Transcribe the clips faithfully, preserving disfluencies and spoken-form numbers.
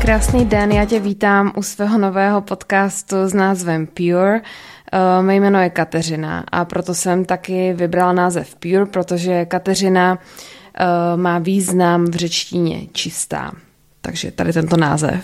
Krásný den, já tě vítám u svého nového podcastu s názvem Pure. Mé jméno je Kateřina a proto jsem taky vybrala název Pure, protože Kateřina má význam v řečtině čistá. Takže tady tento název.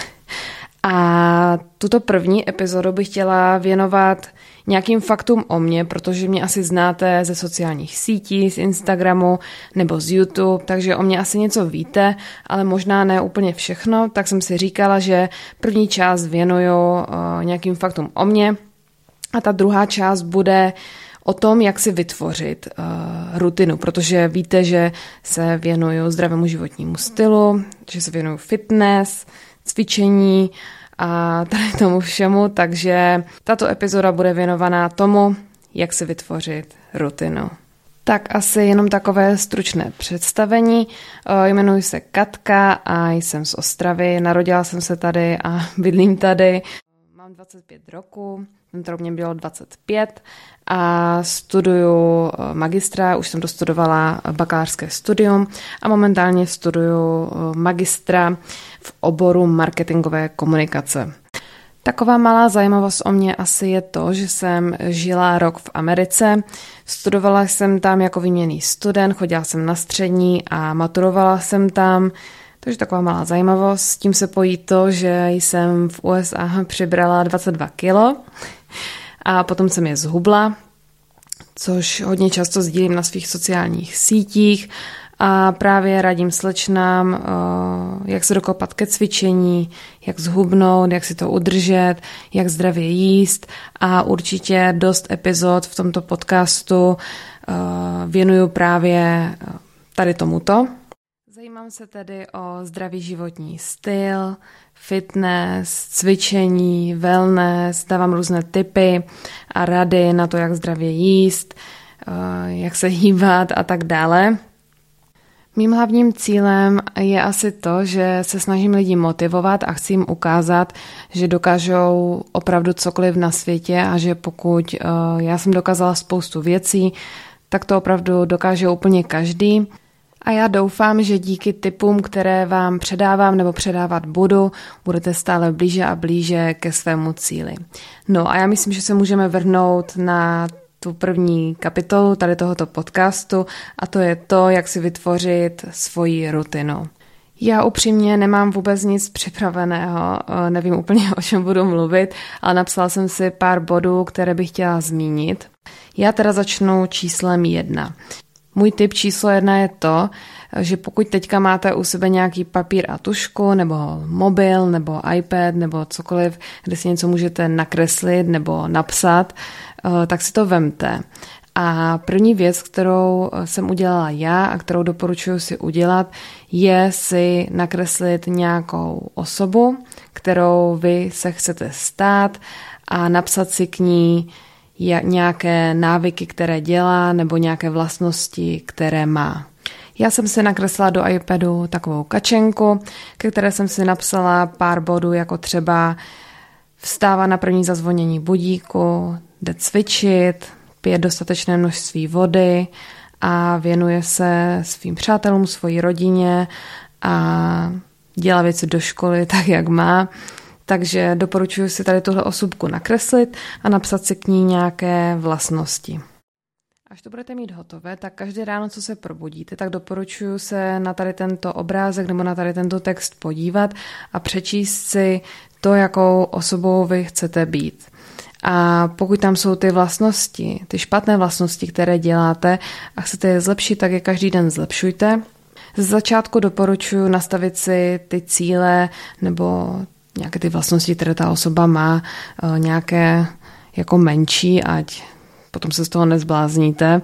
A tuto první epizodu bych chtěla věnovat nějakým faktům o mně, protože mě asi znáte ze sociálních sítí, z Instagramu nebo z YouTube, takže o mě asi něco víte, ale možná ne úplně všechno, tak jsem si říkala, že první část věnuju uh, nějakým faktům o mně a ta druhá část bude o tom, jak si vytvořit uh, rutinu, protože víte, že se věnuju zdravému životnímu stylu, že se věnuju fitness, cvičení a tady tomu všemu, takže tato epizoda bude věnovaná tomu, jak si vytvořit rutinu. Tak asi jenom takové stručné představení. Jmenuji se Katka a jsem z Ostravy. Narodila jsem se tady a bydlím tady. Mám dvacet pět roků, tento rok mě bylo dvacet pět a studuju magistra, už jsem dostudovala bakalářské studium a momentálně studuju magistra v oboru marketingové komunikace. Taková malá zajímavost o mě asi je to, že jsem žila rok v Americe, studovala jsem tam jako výměnný student, chodila jsem na střední a maturovala jsem tam, takže taková malá zajímavost. S tím se pojí to, že jsem v U S A přibrala dvacet dva kilo a potom jsem je zhubla, což hodně často sdílím na svých sociálních sítích a právě radím slečnám, jak se dokopat ke cvičení, jak zhubnout, jak si to udržet, jak zdravě jíst a určitě dost epizod v tomto podcastu věnuju právě tady tomuto. Zajímám se tedy o zdravý životní styl, fitness, cvičení, wellness, dávám různé tipy a rady na to, jak zdravě jíst, jak se hýbat a tak dále. Mým hlavním cílem je asi to, že se snažím lidi motivovat a chci jim ukázat, že dokážou opravdu cokoliv na světě a že pokud já jsem dokázala spoustu věcí, tak to opravdu dokáže úplně každý. A já doufám, že díky tipům, které vám předávám nebo předávat budu, budete stále blíže a blíže ke svému cíli. No a já myslím, že se můžeme vrhnout na tu první kapitolu tady tohoto podcastu a to je to, jak si vytvořit svoji rutinu. Já upřímně nemám vůbec nic připraveného, nevím úplně, o čem budu mluvit, ale napsala jsem si pár bodů, které bych chtěla zmínit. Já teda začnu číslem jedna. Můj tip číslo jedna je to, že pokud teďka máte u sebe nějaký papír a tužku, nebo mobil, nebo iPad, nebo cokoliv, kde si něco můžete nakreslit nebo napsat, tak si to vemte. A první věc, kterou jsem udělala já a kterou doporučuji si udělat, je si nakreslit nějakou osobu, kterou vy se chcete stát a napsat si k ní nějaké návyky, které dělá, nebo nějaké vlastnosti, které má. Já jsem si nakreslila do iPadu takovou kačenku, ke které jsem si napsala pár bodů, jako třeba vstává na první zazvonění budíku, jde cvičit, pije dostatečné množství vody a věnuje se svým přátelům, svojí rodině a dělá věci do školy tak, jak má. Takže doporučuji si tady tuhle osobku nakreslit a napsat si k ní nějaké vlastnosti. Až to budete mít hotové, tak každé ráno, co se probudíte, tak doporučuji se na tady tento obrázek nebo na tady tento text podívat a přečíst si to, jakou osobou vy chcete být. A pokud tam jsou ty vlastnosti, ty špatné vlastnosti, které děláte a chcete je zlepšit, tak je každý den zlepšujte. Z začátku doporučuji nastavit si ty cíle nebo nějaké ty vlastnosti, které ta osoba má, nějaké jako menší, ať potom se z toho nezblázníte.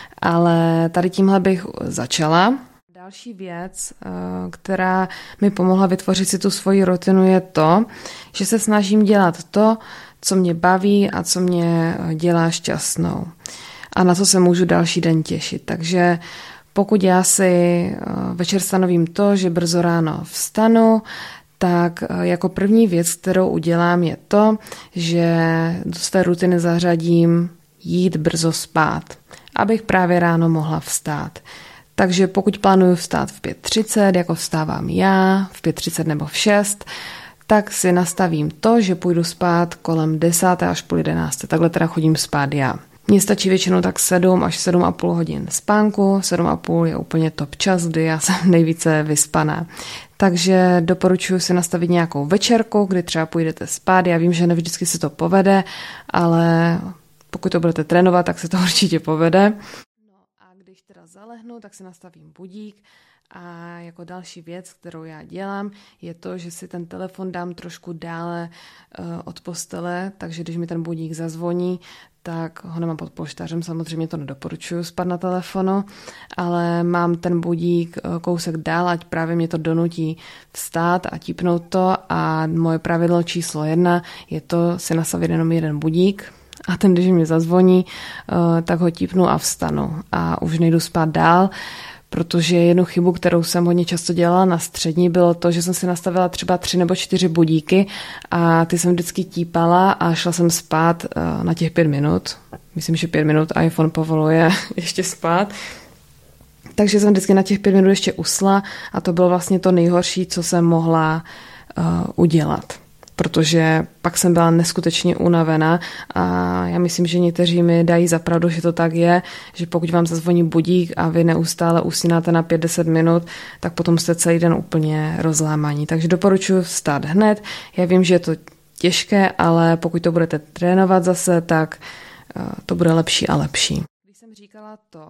Ale tady tímhle bych začala. Další věc, která mi pomohla vytvořit si tu svoji rutinu, je to, že se snažím dělat to, co mě baví a co mě dělá šťastnou. A na to se můžu další den těšit. Takže pokud já si večer stanovím to, že brzo ráno vstanu, tak jako první věc, kterou udělám, je to, že do své rutiny zařadím jít brzo spát, abych právě ráno mohla vstát. Takže pokud plánuju vstát v pět třicet, jako vstávám já, v pět třicet nebo v šest, tak si nastavím to, že půjdu spát kolem desáté až půl jedenácté. Takhle teda chodím spát já. Mně stačí většinou tak sedm až sedm a půl hodin spánku. sedm a půl je úplně top čas, kdy já jsem nejvíce vyspaná. Takže doporučuji si nastavit nějakou večerku, kdy třeba půjdete spát. Já vím, že nevždycky se to povede, ale pokud to budete trénovat, tak se to určitě povede. No a když teda zalehnu, tak si nastavím budík. A jako další věc, kterou já dělám, je to, že si ten telefon dám trošku dále uh, od postele, takže když mi ten budík zazvoní, tak ho nemám pod polštářem, samozřejmě to nedoporučuji spát na telefonu, ale mám ten budík kousek dál, ať právě mě to donutí vstát a típnout to a moje pravidlo číslo jedna je to si nastavit jenom jeden budík a ten, když mě zazvoní, uh, tak ho típnu a vstanu a už nejdu spát dál. Protože jednu chybu, kterou jsem hodně často dělala na střední, bylo to, že jsem si nastavila třeba tři nebo čtyři budíky a ty jsem vždycky típala a šla jsem spát na těch pět minut. Myslím, že pět minut iPhone povoluje ještě spát. Takže jsem vždycky na těch pět minut ještě usla a to bylo vlastně to nejhorší, co jsem mohla uh, udělat. Protože pak jsem byla neskutečně unavená a já myslím, že někteří mi dají za pravdu, že to tak je, že pokud vám zazvoní budík a vy neustále usínáte na pět deset minut, tak potom jste celý den úplně rozlámaní. Takže doporučuji vstát hned. Já vím, že je to těžké, ale pokud to budete trénovat zase, tak to bude lepší a lepší. Když jsem říkala to,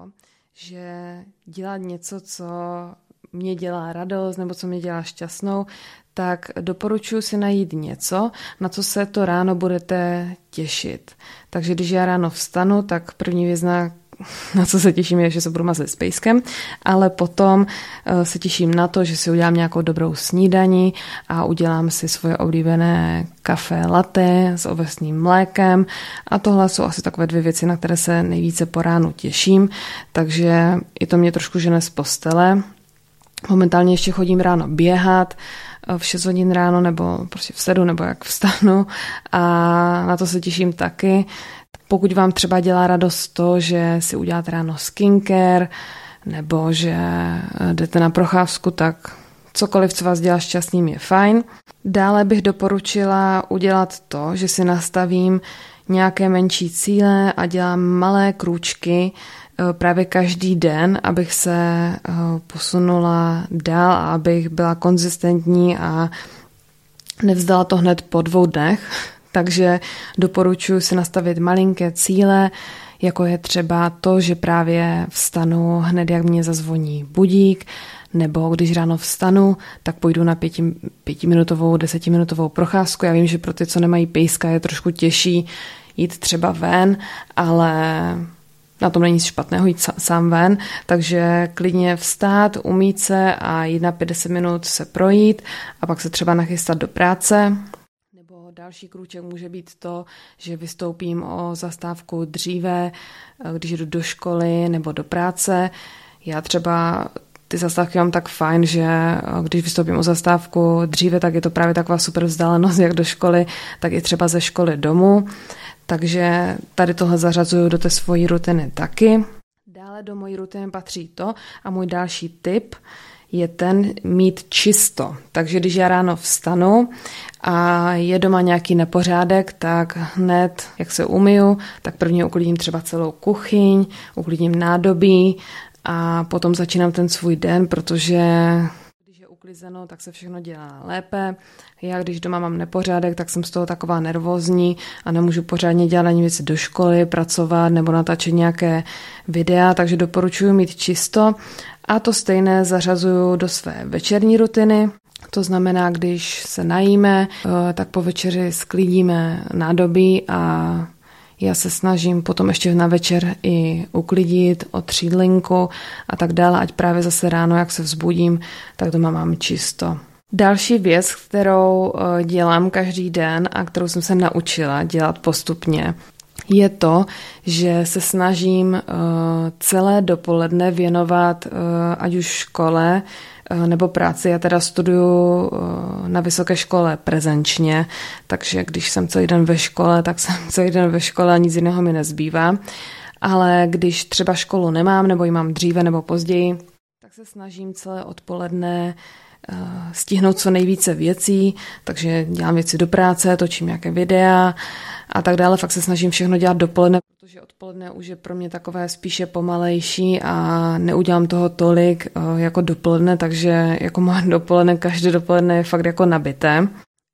že dělat něco, co mě dělá radost nebo co mě dělá šťastnou, tak doporučuji si najít něco, na co se to ráno budete těšit. Takže když já ráno vstanu, tak první věc, na, na co se těším, je, že se budu mazlit s pejskem, ale potom uh, se těším na to, že si udělám nějakou dobrou snídani a udělám si svoje oblíbené kafe latte s ovesným mlékem a tohle jsou asi takové dvě věci, na které se nejvíce po ránu těším, takže i to mě trošku žene z postele. Momentálně ještě chodím ráno běhat, v šest hodin ráno nebo prostě v sedm nebo jak vstanu a na to se těším taky. Pokud vám třeba dělá radost to, že si uděláte ráno skincare nebo že jdete na procházku, tak cokoliv, co vás dělá šťastným, je fajn. Dále bych doporučila udělat to, že si nastavím nějaké menší cíle a dělám malé krůčky právě každý den, abych se posunula dál a abych byla konzistentní a nevzdala to hned po dvou dnech. Takže doporučuji si nastavit malinké cíle, jako je třeba to, že právě vstanu hned, jak mě zazvoní budík, nebo když ráno vstanu, tak půjdu na pěti, pětiminutovou, desetiminutovou procházku. Já vím, že pro ty, co nemají pejska, je trošku těžší jít třeba ven, ale na tom není nic špatného jít sám ven, takže klidně vstát, umýt se a jít na pět deset minut se projít a pak se třeba nachystat do práce. Nebo další krůček může být to, že vystoupím o zastávku dříve, když jdu do školy nebo do práce. Já třeba ty zastávky mám tak fajn, že když vystoupím o zastávku dříve, tak je to právě taková super vzdálenost jak do školy, tak i třeba ze školy domů. Takže tady tohle zařazuju do té svojí rutiny taky. Dále do mojí rutiny patří to a můj další tip je ten mít čisto. Takže když já ráno vstanu a je doma nějaký nepořádek, tak hned, jak se umyju, tak prvně uklidím třeba celou kuchyň, uklidím nádobí a potom začínám ten svůj den, protože když je uklizeno, tak se všechno dělá lépe. Já, když doma mám nepořádek, tak jsem z toho taková nervózní a nemůžu pořádně dělat ani věci do školy, pracovat nebo natáčet nějaké videa, takže doporučuji mít čisto a to stejné zařazuju do své večerní rutiny. To znamená, když se najíme, tak po večeři sklidíme nádobí a já se snažím potom ještě na večer i uklidit, otřít linku a tak dále, ať právě zase ráno, jak se vzbudím, tak doma mám čisto. Další věc, kterou dělám každý den a kterou jsem se naučila dělat postupně, je to, že se snažím celé dopoledne věnovat ať už škole nebo práci. Já teda studuju na vysoké škole prezenčně, takže když jsem celý den ve škole, tak jsem celý den ve škole a nic jiného mi nezbývá. Ale když třeba školu nemám, nebo ji mám dříve nebo později, se snažím celé odpoledne stihnout co nejvíce věcí, takže dělám věci do práce, točím nějaké videa a tak dále. Fakt se snažím všechno dělat dopoledne, protože odpoledne už je pro mě takové spíše pomalejší a neudělám toho tolik jako dopoledne, takže jako moje dopoledne, každé dopoledne je fakt jako nabité.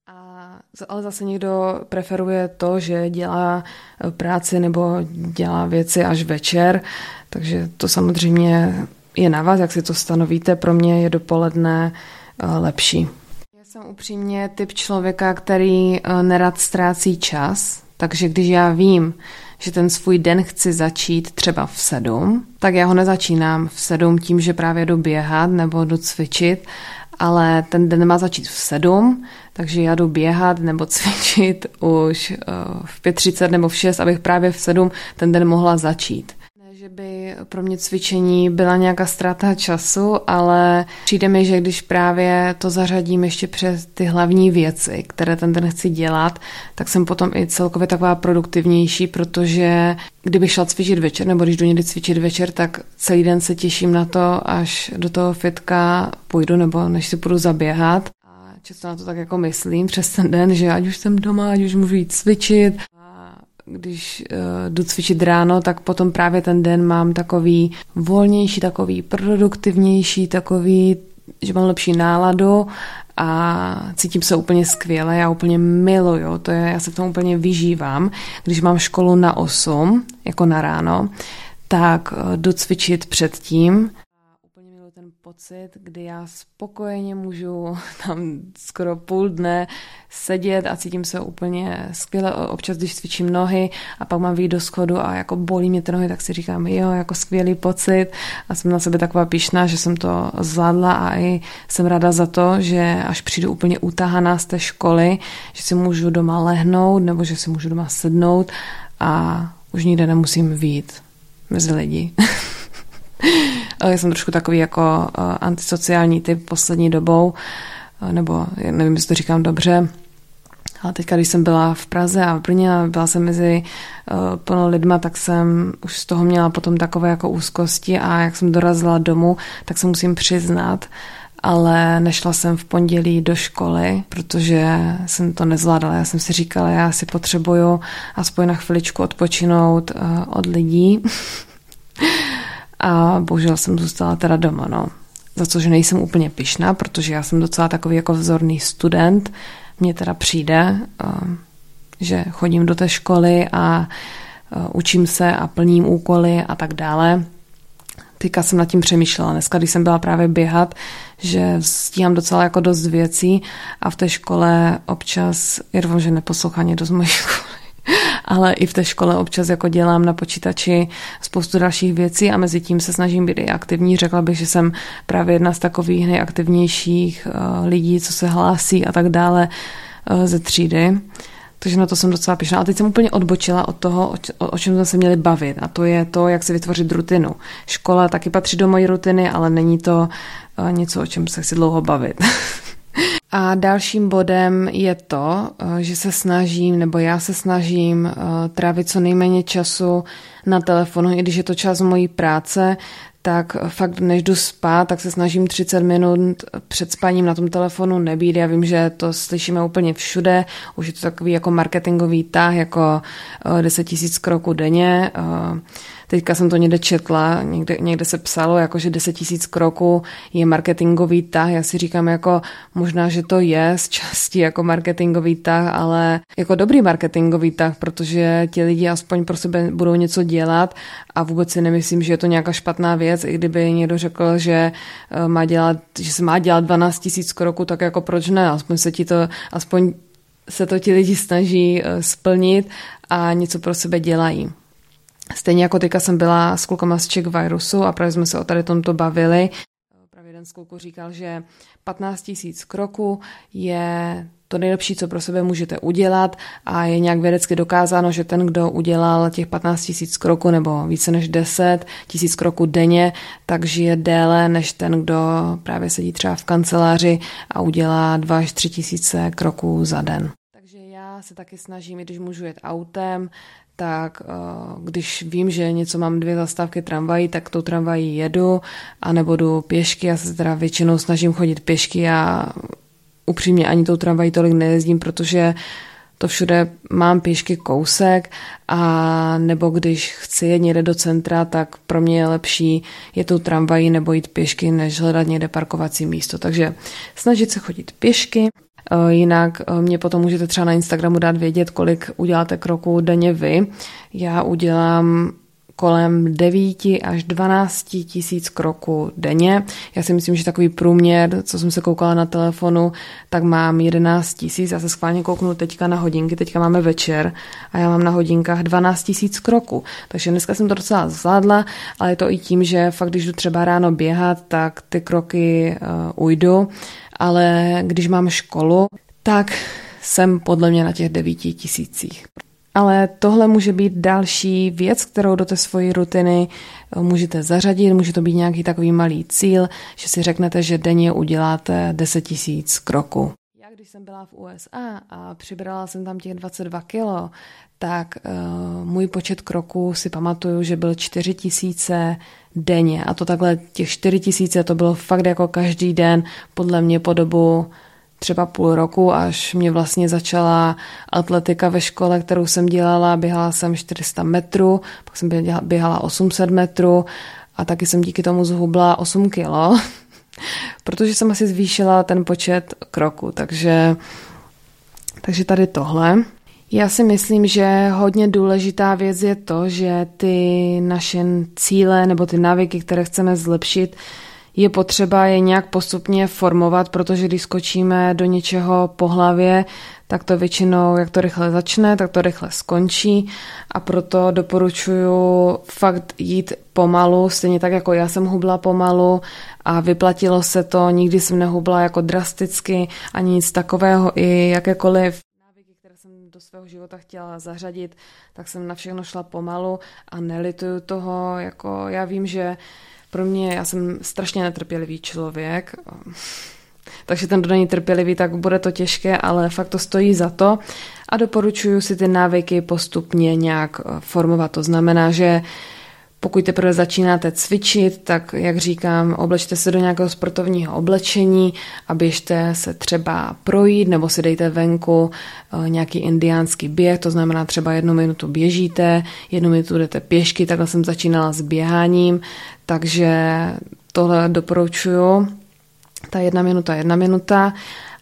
Ale zase někdo preferuje to, že dělá práci nebo dělá věci až večer, takže to samozřejmě je na vás, jak si to stanovíte. Pro mě je dopoledne lepší. Já jsem upřímně typ člověka, který nerad ztrácí čas, takže když já vím, že ten svůj den chci začít třeba v sedm, tak já ho nezačínám v sedm tím, že právě jdu běhat nebo jdu cvičit, ale ten den má začít v sedm, takže já jdu běhat nebo cvičit už v pět třicet nebo v šest, abych právě v sedm ten den mohla začít. Ne, že by pro mě cvičení byla nějaká ztráta času, ale přijde mi, že když právě to zařadím ještě přes ty hlavní věci, které ten den chci dělat, tak jsem potom i celkově taková produktivnější, protože kdybych šla cvičit večer, nebo když jdu někdy cvičit večer, tak celý den se těším na to, až do toho fitka půjdu, nebo než si půjdu zaběhat. A často na to tak jako myslím přes ten den, že ať už jsem doma, ať už můžu jít cvičit. A když uh, jdu cvičit ráno, tak potom právě ten den mám takový volnější, takový produktivnější, takový, že mám lepší náladu a cítím se úplně skvěle, já úplně miluju, to je, já se v tom úplně vyžívám. Když mám školu na osm, jako na ráno, tak jdu cvičit předtím. Úplně miluju ten pocit, kdy já spokojeně můžu tam skoro půl dne sedět a cítím se úplně skvěle. Občas, když cvičím nohy a pak mám vyjít do schodu a jako bolí mě ty nohy, tak si říkám, jo, jako skvělý pocit a jsem na sebe taková pyšná, že jsem to zvládla a i jsem ráda za to, že až přijdu úplně utahaná z té školy, že si můžu doma lehnout nebo že si můžu doma sednout a už nikde nemusím vyjít mezi lidi. Já jsem trošku takový jako antisociální typ poslední dobou, nebo nevím, jestli to říkám dobře, ale teďka, když jsem byla v Praze a v Brně a byla jsem mezi uh, plno lidma, tak jsem už z toho měla potom takové jako úzkosti a jak jsem dorazila domů, tak se musím přiznat, ale nešla jsem v pondělí do školy, protože jsem to nezvládala. Já jsem si říkala, já si potřebuju aspoň na chviličku odpočinout uh, od lidí. A bohužel jsem zůstala teda doma, no. Za což nejsem úplně pyšná, protože já jsem docela takový jako vzorný student. Mně teda přijde, že chodím do té školy a učím se a plním úkoly a tak dále. Teďka jsem nad tím přemýšlela. Dneska, když jsem byla právě běhat, že stíhám docela jako dost věcí a v té škole občas, já doufám, že neposlouchá někdo z mojí školy, ale i v té škole občas jako dělám na počítači spoustu dalších věcí a mezi tím se snažím být i aktivní. Řekla bych, že jsem právě jedna z takových nejaktivnějších uh, lidí, co se hlásí a tak dále uh, ze třídy. Takže na to jsem docela pyšná. A teď jsem úplně odbočila od toho, o, o čem jsme se měli bavit. A to je to, jak si vytvořit rutinu. Škola taky patří do mojí rutiny, ale není to uh, něco, o čem se chci dlouho bavit. A dalším bodem je to, že se snažím, nebo já se snažím trávit co nejméně času na telefonu, i když je to čas mojí práce, tak fakt než jdu spát, tak se snažím třicet minut před spaním na tom telefonu nebýt. Já vím, že to slyšíme úplně všude, už je to takový jako marketingový tah, jako deset tisíc kroků denně. Teďka jsem to někde četla, někde, někde se psalo, jako že deset tisíc kroků je marketingový tah. Já si říkám, jako možná, že to je z části jako marketingový tah, ale jako dobrý marketingový tah, protože ti lidi aspoň pro sebe budou něco dělat a vůbec si nemyslím, že je to nějaká špatná věc, i kdyby někdo řekl, že má dělat, že se má dělat dvanáct tisíc kroků, tak jako proč ne? Aspoň se ti to, aspoň se to ti lidi snaží splnit a něco pro sebe dělají. Stejně jako teďka jsem byla s klukama z Czech Virusu a právě jsme se o tady tomto bavili. Právě jeden z kluků říkal, že patnáct tisíc kroků je to nejlepší, co pro sebe můžete udělat a je nějak vědecky dokázáno, že ten, kdo udělal těch patnáct tisíc kroků nebo více než deset tisíc kroků denně, tak žije déle než ten, kdo právě sedí třeba v kanceláři a udělá dva až tři tisíce kroků za den. Já se taky snažím, i když můžu jet autem, tak když vím, že něco mám dvě zastávky tramvají, tak tou tramvají jedu, anebo jdu pěšky. Já se teda většinou snažím chodit pěšky a upřímně ani tou tramvají tolik nejezdím, protože to všude mám pěšky kousek, a nebo když chci jet někde do centra, tak pro mě je lepší jet tou tramvají nebo jít pěšky, než hledat někde parkovací místo. Takže snažit se chodit pěšky. Jinak mě potom můžete třeba na Instagramu dát vědět, kolik uděláte kroků denně vy. Já udělám kolem devět až dvanáct tisíc kroků denně. Já si myslím, že takový průměr, co jsem se koukala na telefonu, tak mám jedenáct tisíc. Já se schválně kouknu teďka na hodinky, teďka máme večer a já mám na hodinkách dvanáct tisíc kroků. Takže dneska jsem to docela zvládla, ale je to i tím, že fakt, když jdu třeba ráno běhat, tak ty kroky uh, ujdu, ale když mám školu, tak jsem podle mě na těch devíti tisících. Ale tohle může být další věc, kterou do té svojí rutiny můžete zařadit. Může to být nějaký takový malý cíl, že si řeknete, že denně uděláte deset tisíc kroků. Já když jsem byla v U S A a přibrala jsem tam těch dvacet dva kilo, tak uh, můj počet kroků si pamatuju, že byl čtyři tisíce denně. A to takhle těch čtyři tisíce to bylo fakt jako každý den podle mě po dobu třeba půl roku, až mě vlastně začala atletika ve škole, kterou jsem dělala. Běhala jsem čtyři sta metrů, pak jsem běhala osm set metrů a taky jsem díky tomu zhubla osm kilo, protože jsem asi zvýšila ten počet kroků. Takže, takže tady tohle. Já si myslím, že hodně důležitá věc je to, že ty naše cíle nebo ty návyky, které chceme zlepšit, je potřeba je nějak postupně formovat, protože když skočíme do něčeho po hlavě, tak to většinou, jak to rychle začne, tak to rychle skončí, a proto doporučuji fakt jít pomalu, stejně tak jako já jsem hubla pomalu a vyplatilo se to, nikdy jsem nehubla jako drasticky ani nic takového, i jakékoliv návyky, které jsem do svého života chtěla zařadit, tak jsem na všechno šla pomalu a nelituju toho, jako já vím, že pro mě, já jsem strašně netrpělivý člověk, takže ten, kdo není trpělivý, tak bude to těžké, ale fakt to stojí za to a doporučuji si ty návyky postupně nějak formovat. To znamená, že pokud teprve začínáte cvičit, tak jak říkám, oblečte se do nějakého sportovního oblečení a běžte se třeba projít, nebo si dejte venku nějaký indiánský běh, to znamená třeba jednu minutu běžíte, jednu minutu jdete pěšky, takhle jsem začínala s běháním, takže tohle doporučuju, ta jedna minuta, jedna minuta,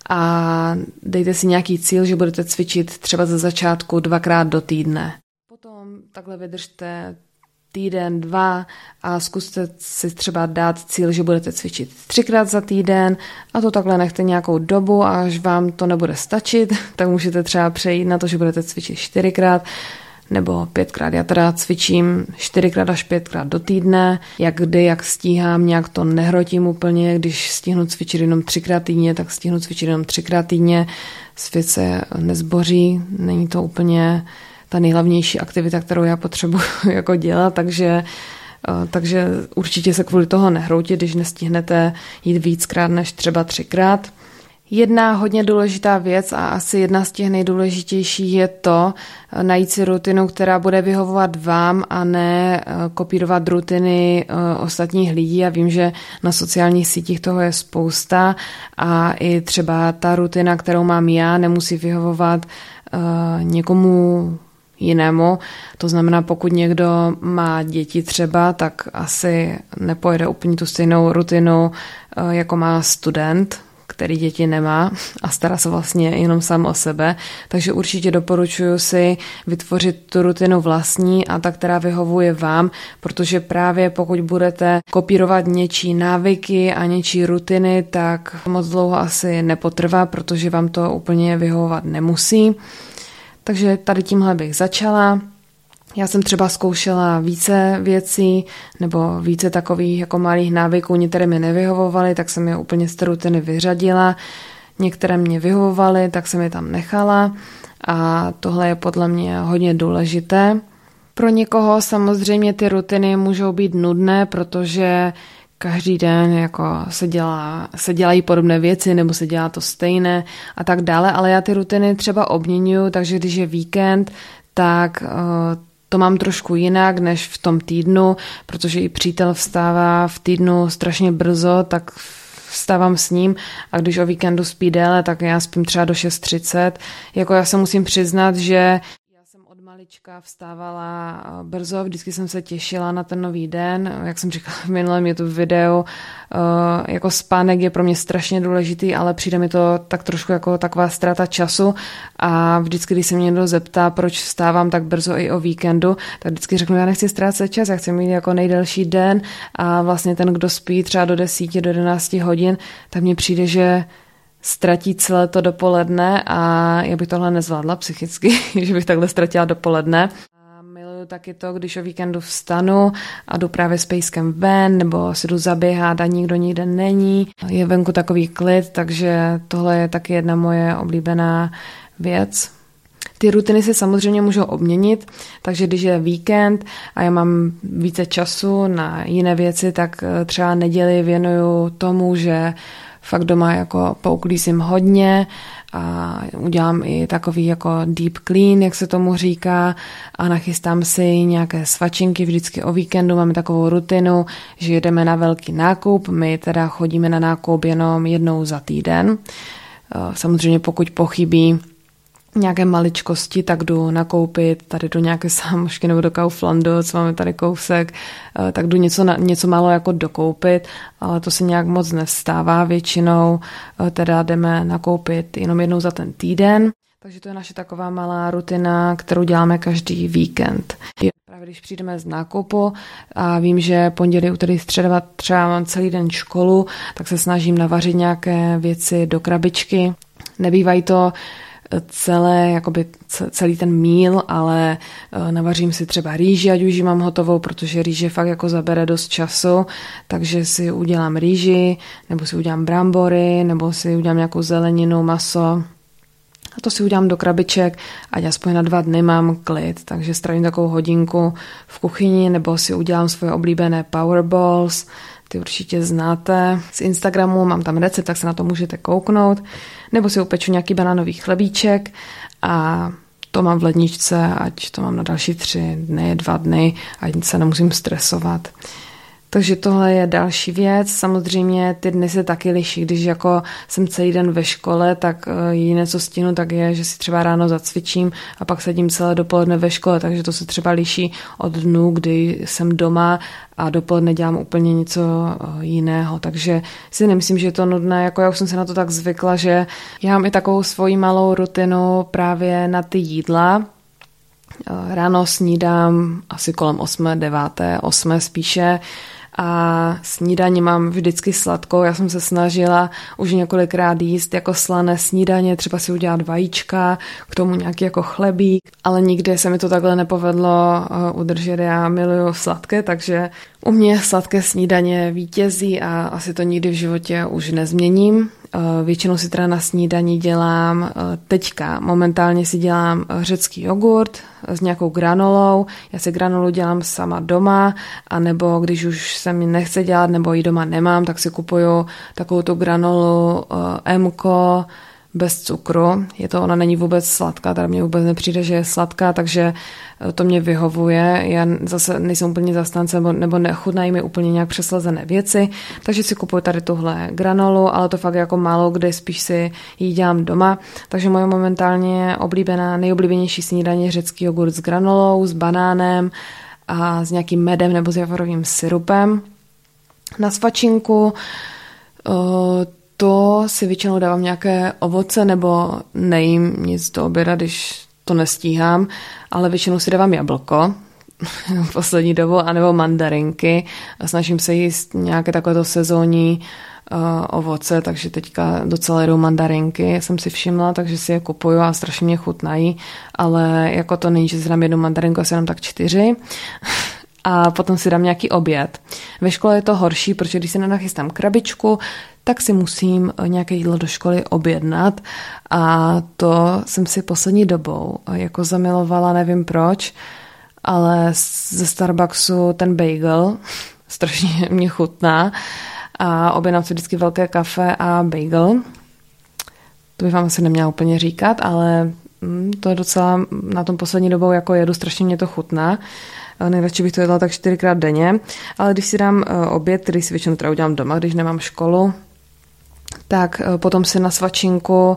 a dejte si nějaký cíl, že budete cvičit třeba ze začátku dvakrát do týdne. Potom takhle vydržte týden, dva a zkuste si třeba dát cíl, že budete cvičit třikrát za týden, a to takhle nechte nějakou dobu, a až vám to nebude stačit, tak můžete třeba přejít na to, že budete cvičit čtyřikrát nebo pětkrát. Já teda cvičím čtyřikrát až pětkrát do týdne, jak kdy, jak stíhám, nějak to nehrotím úplně, když stihnu cvičit jenom třikrát týdně, tak stihnu cvičit jenom třikrát týdně, svět se nezboří, není to úplně ta nejhlavnější aktivita, kterou já potřebuji jako dělat, takže, takže určitě se kvůli toho nehroutit, když nestihnete jít víckrát než třeba třikrát. Jedna hodně důležitá věc a asi jedna z těch nejdůležitějších je to najít si rutinu, která bude vyhovovat vám a ne kopírovat rutiny ostatních lidí. Já vím, že na sociálních sítích toho je spousta a i třeba ta rutina, kterou mám já, nemusí vyhovovat někomu jinému. To znamená, pokud někdo má děti třeba, tak asi nepojede úplně tu stejnou rutinu, jako má student, který děti nemá a stará se vlastně jenom sám o sebe. Takže určitě doporučuji si vytvořit tu rutinu vlastní a ta, která vyhovuje vám, protože právě pokud budete kopírovat něčí návyky a něčí rutiny, tak moc dlouho asi nepotrvá, protože vám to úplně vyhovovat nemusí. Takže tady tímhle bych začala. Já jsem třeba zkoušela více věcí nebo více takových jako malých návyků, některé mi nevyhovovaly, tak jsem je úplně z té rutiny vyřadila. Některé mě vyhovovaly, tak jsem je tam nechala a tohle je podle mě hodně důležité. Pro někoho samozřejmě ty rutiny můžou být nudné, protože každý den jako se, dělá, se dělají podobné věci nebo se dělá to stejné a tak dále, ale já ty rutiny třeba obměňuju, takže když je víkend, tak to mám trošku jinak než v tom týdnu, protože i přítel vstává v týdnu strašně brzo, tak vstávám s ním a když o víkendu spí déle, tak já spím třeba do šest třicet. Jako já se musím přiznat, že od malička vstávala brzo, vždycky jsem se těšila na ten nový den, jak jsem říkala v minulém YouTube videu, jako spánek je pro mě strašně důležitý, ale přijde mi to tak trošku jako taková ztráta času a vždycky, když se mě někdo zeptá, proč vstávám tak brzo i o víkendu, tak vždycky řeknu, já nechci ztrácet čas, já chci mít jako nejdelší den a vlastně ten, kdo spí třeba do deseti, do jedenácti hodin, tak mně přijde, že ztratí celé to dopoledne a já bych tohle nezvládla psychicky, že bych takhle ztratila dopoledne. A miluju taky to, když o víkendu vstanu a jdu právě s pejskem ven, nebo si jdu zaběhat a nikdo nikde není. Je venku takový klid, takže tohle je taky jedna moje oblíbená věc. Ty rutiny se samozřejmě můžou obměnit, takže když je víkend a já mám více času na jiné věci, tak třeba neděli věnuju tomu, že fakt doma jako pouklízím hodně a udělám i takový jako deep clean, jak se tomu říká, a nachystám si nějaké svačinky vždycky o víkendu. Máme takovou rutinu, že jedeme na velký nákup, my teda chodíme na nákup jenom jednou za týden. Samozřejmě pokud pochybí nějaké maličkosti, tak jdu nakoupit tady do nějaké sámošky nebo do Kauflandu, co máme tady kousek, tak jdu něco, něco málo jako dokoupit, ale to se nějak moc nevstává většinou, teda jdeme nakoupit jenom jednou za ten týden. Takže to je naše taková malá rutina, kterou děláme každý víkend. Právě když přijdeme z nákupu a vím, že pondělí, úterý, středa třeba mám celý den školu, tak se snažím navařit nějaké věci do krabičky. Nebývají to celé, jakoby celý ten míl, ale navařím si třeba rýži, ať už ji mám hotovou, protože rýže fakt jako zabere dost času, takže si udělám rýži, nebo si udělám brambory, nebo si udělám nějakou zeleninu, maso. A to si udělám do krabiček, ať aspoň na dva dny mám klid, takže strávím takovou hodinku v kuchyni, nebo si udělám svoje oblíbené powerballs, ty určitě znáte z Instagramu, mám tam recept, tak se na to můžete kouknout, nebo si upeču nějaký banánový chlebíček a to mám v ledničce, ať to mám na další tři dny, dva dny, ať se nemusím stresovat. Takže tohle je další věc. Samozřejmě ty dny se taky liší. Když jako jsem celý den ve škole, tak jediné, co stihnu, tak je, že si třeba ráno zacvičím a pak sedím celé dopoledne ve škole, takže to se třeba liší od dnů, kdy jsem doma a dopoledne dělám úplně něco jiného. Takže si nemyslím, že je to nudné, jako já už jsem se na to tak zvykla, že já mám i takovou svoji malou rutinu právě na ty jídla. Ráno snídám asi kolem osmé, deváté, osmé spíše a snídaní mám vždycky sladkou. Já jsem se snažila už několikrát jíst jako slané snídaně, třeba si udělat vajíčka, k tomu nějaký jako chlebík, ale nikdy se mi to takhle nepovedlo udržet. Já miluju sladké, takže u mě sladké snídaně vítězí a asi to nikdy v životě už nezměním. Většinou si teda na snídaní dělám teďka, momentálně si dělám řecký jogurt s nějakou granolou. Já si granolu dělám sama doma, anebo když už se mi nechce dělat, nebo ji doma nemám, tak si kupuju takovou tu granolu M-ko bez cukru. Je to, ona není vůbec sladká, teda mně vůbec nepřijde, že je sladká, takže to mě vyhovuje. Já zase nejsem úplně zastánce, nebo, nebo nechutnají mi úplně nějak přeslazené věci, takže si kupuju tady tuhle granolu, ale to fakt jako málo kde, spíš si ji dělám doma. Takže moje momentálně oblíbená, nejoblíbenější snídaně je řecký jogurt s granolou, s banánem a s nějakým medem nebo s javorovým syrupem. Na svačinku to si většinou dávám nějaké ovoce nebo nejím nic do oběda, když to nestíhám, ale většinou si dávám jablko v poslední dobu, anebo mandarinky a snažím se jíst nějaké takovéto sezónní uh, ovoce, takže teďka docela jedou mandarinky, jsem si všimla, takže si je kupuju a strašně mě chutnají, ale jako to není, že si dám jednu mandarinku, asi dám tak čtyři. A potom si dám nějaký oběd. Ve škole je to horší, protože když si nenachystám krabičku, tak si musím nějaké jídlo do školy objednat a to jsem si poslední dobou jako zamilovala, nevím proč, ale ze Starbucksu ten bagel strašně mě chutná a objednám si vždycky velké kafe a bagel. To bych vám asi neměla úplně říkat, ale to je docela na tom poslední dobou jako jedu, strašně mě to chutná. Nejradši bych to jedla tak čtyřikrát denně, ale když si dám oběd, který si většinou teda udělám doma, když nemám školu, tak potom si na svačinku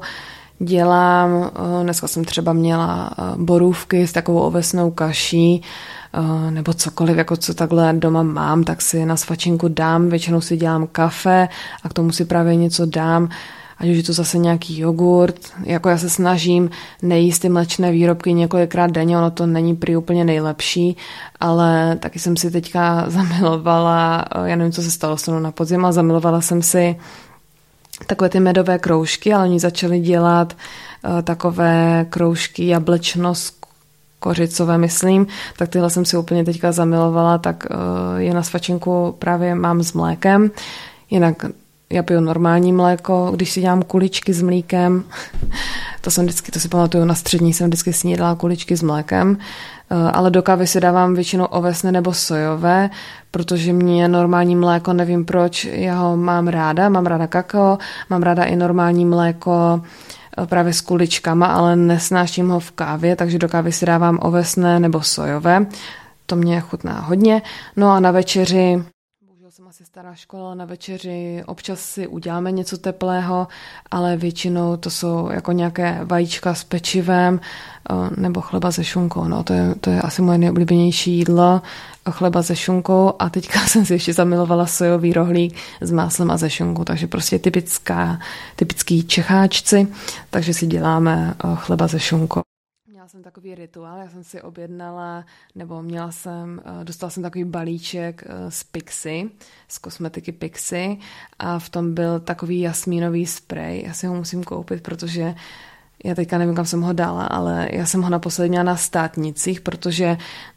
dělám, dneska jsem třeba měla borůvky s takovou ovesnou kaší, nebo cokoliv, jako co takhle doma mám, tak si na svačinku dám, většinou si dělám kafe a k tomu si právě něco dám, ať už je to zase nějaký jogurt, jako já se snažím nejíst ty mléčné výrobky několikrát denně, ono to není prý úplně nejlepší, ale taky jsem si teďka zamilovala, já nevím, co se stalo se mnou na podzim, ale zamilovala jsem si takové ty medové kroužky, ale oni začali dělat uh, takové kroužky jablečno kořicové, myslím, tak tyhle jsem si úplně teďka zamilovala, tak uh, je na svačinku právě mám s mlékem, jinak já piju normální mléko, když si dělám kuličky s mlíkem, to jsem vždycky, to si pamatuju, na střední jsem vždycky snídala kuličky s mlékem, ale do kávy si dávám většinou ovesné nebo sojové, protože mě normální mléko, nevím proč, já ho mám ráda, mám ráda kakao, mám ráda i normální mléko právě s kuličkama, ale nesnáším ho v kávě, takže do kávy si dávám ovesné nebo sojové, to mě chutná hodně. No a na večeři, jsem asi stará škola, na večeři občas si uděláme něco teplého, ale většinou to jsou jako nějaké vajíčka s pečivem nebo chleba se šunkou. No, to je, to je asi moje nejoblíbenější jídlo, chleba se šunkou a teďka jsem si ještě zamilovala sojový rohlík s máslem a se šunkou, takže prostě typická, typický Čecháčci, takže si děláme chleba se šunkou. Měla jsem takový rituál, já jsem si objednala, nebo měla jsem, dostala jsem takový balíček z Pixi, z kosmetiky Pixi a v tom byl takový jasmínový sprej. Já si ho musím koupit, protože já teďka nevím, kam jsem ho dala, ale já jsem ho naposledy měla na státnicích, protože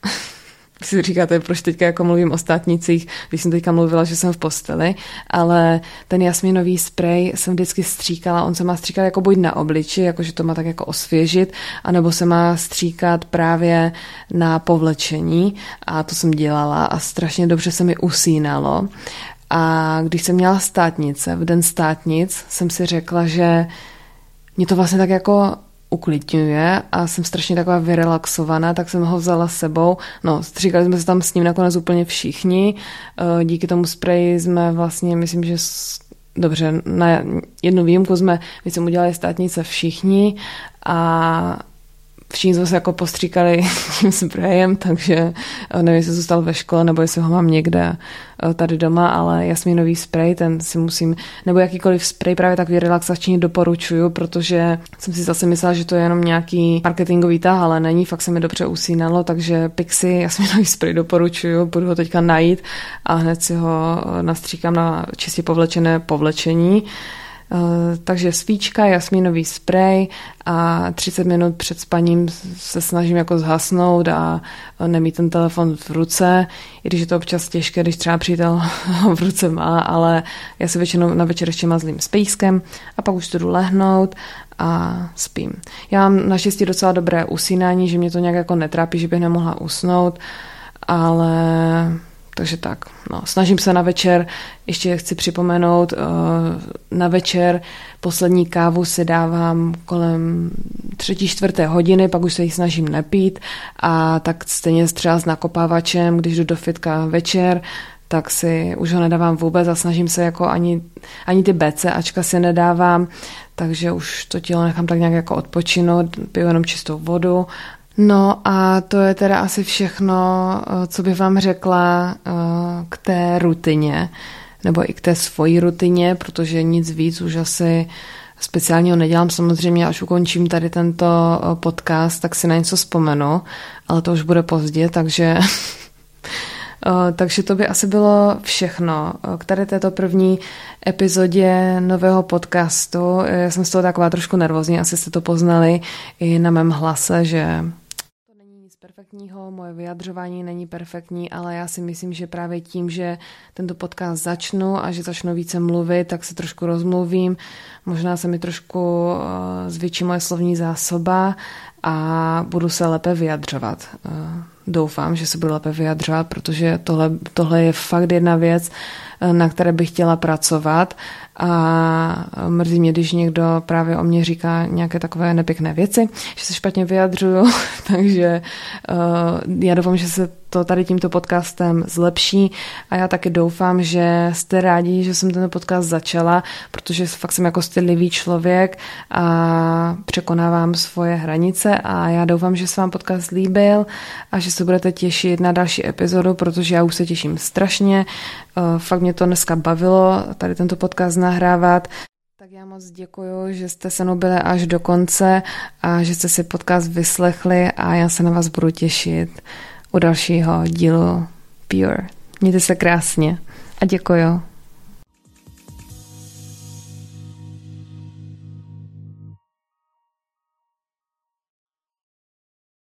si říkáte, proč teďka jako mluvím o státnicích, když jsem teďka mluvila, že jsem v posteli, ale ten jasmínový sprej jsem vždycky stříkala, on se má stříkat jako buď na obliči, jakože to má tak jako osvěžit, anebo se má stříkat právě na povlečení a to jsem dělala a strašně dobře se mi usínalo. A když jsem měla státnice, v den státnic jsem si řekla, že mě to vlastně tak jako uklidňuje a jsem strašně taková vyrelaxovaná, tak jsem ho vzala s sebou. No, stříkali jsme se tam s ním nakonec úplně všichni. Díky tomu spreji jsme vlastně, myslím, že dobře, na jednu výjimku jsme, my jsme udělali státnice všichni a všichni jsme se jako postříkali tím sprejem, takže nevím, jestli zůstal ve škole, nebo jestli ho mám někde tady doma, ale jasmínový sprej, ten si musím, nebo jakýkoliv sprej právě takový relaxační doporučuju, protože jsem si zase myslela, že to je jenom nějaký marketingový tah, ale není, fakt se mi dobře usínalo, takže Pixi jasmínový sprej doporučuju, budu ho teďka najít a hned si ho nastříkám na čistě povlečené povlečení. Uh, takže svíčka, jasmínový sprej a třicet minut před spaním se snažím jako zhasnout a nemít ten telefon v ruce, i když je to občas těžké, když třeba přítel v ruce má, ale já se většinou na večer ještě mazlím s pejskem a pak už jdu lehnout a spím. Já mám naštěstí docela dobré usínání, že mě to nějak jako netrápí, že bych nemohla usnout, ale takže tak, no, snažím se na večer, ještě chci připomenout, na večer poslední kávu si dávám kolem třetí, čtvrté hodiny, pak už se ji snažím nepít a tak stejně třeba s nakopávačem, když jdu do fitka večer, tak si už ho nedávám vůbec a snažím se jako ani, ani ty BCAčka si nedávám, takže už to tělo nechám tak nějak jako odpočinout, piju jenom čistou vodu. No a to je teda asi všechno, co bych vám řekla k té rutině, nebo i k té svojí rutině, protože nic víc už asi speciálního nedělám. Samozřejmě, až ukončím tady tento podcast, tak si na něco vzpomenu, ale to už bude pozdě, takže... Takže to by asi bylo všechno k tady této první epizodě nového podcastu. Já jsem z toho taková trošku nervózní, asi jste to poznali i na mém hlase, že to není nic perfektního, moje vyjadřování není perfektní, ale já si myslím, že právě tím, že tento podcast začnu a že začnu více mluvit, tak se trošku rozmluvím, možná se mi trošku zvětší moje slovní zásoba a budu se lépe vyjadřovat. Doufám, že se budu lépe vyjadřovat, protože tohle, tohle je fakt jedna věc, na které bych chtěla pracovat a mrzí mě, když někdo právě o mě říká nějaké takové nepěkné věci, že se špatně vyjadřuju, takže já doufám, že se to tady tímto podcastem zlepší a já taky doufám, že jste rádi, že jsem ten podcast začala, protože fakt jsem jako stydlivý člověk a překonávám svoje hranice a já doufám, že se vám podcast líbil a že se budete těšit na další epizodu, protože já už se těším strašně. Fakt mě to dneska bavilo, tady tento podcast nahrávat. Tak já moc děkuju, že jste se mnou byli až do konce a že jste si podcast vyslechli a já se na vás budu těšit u dalšího dílu Pure. Mějte se krásně a děkuju.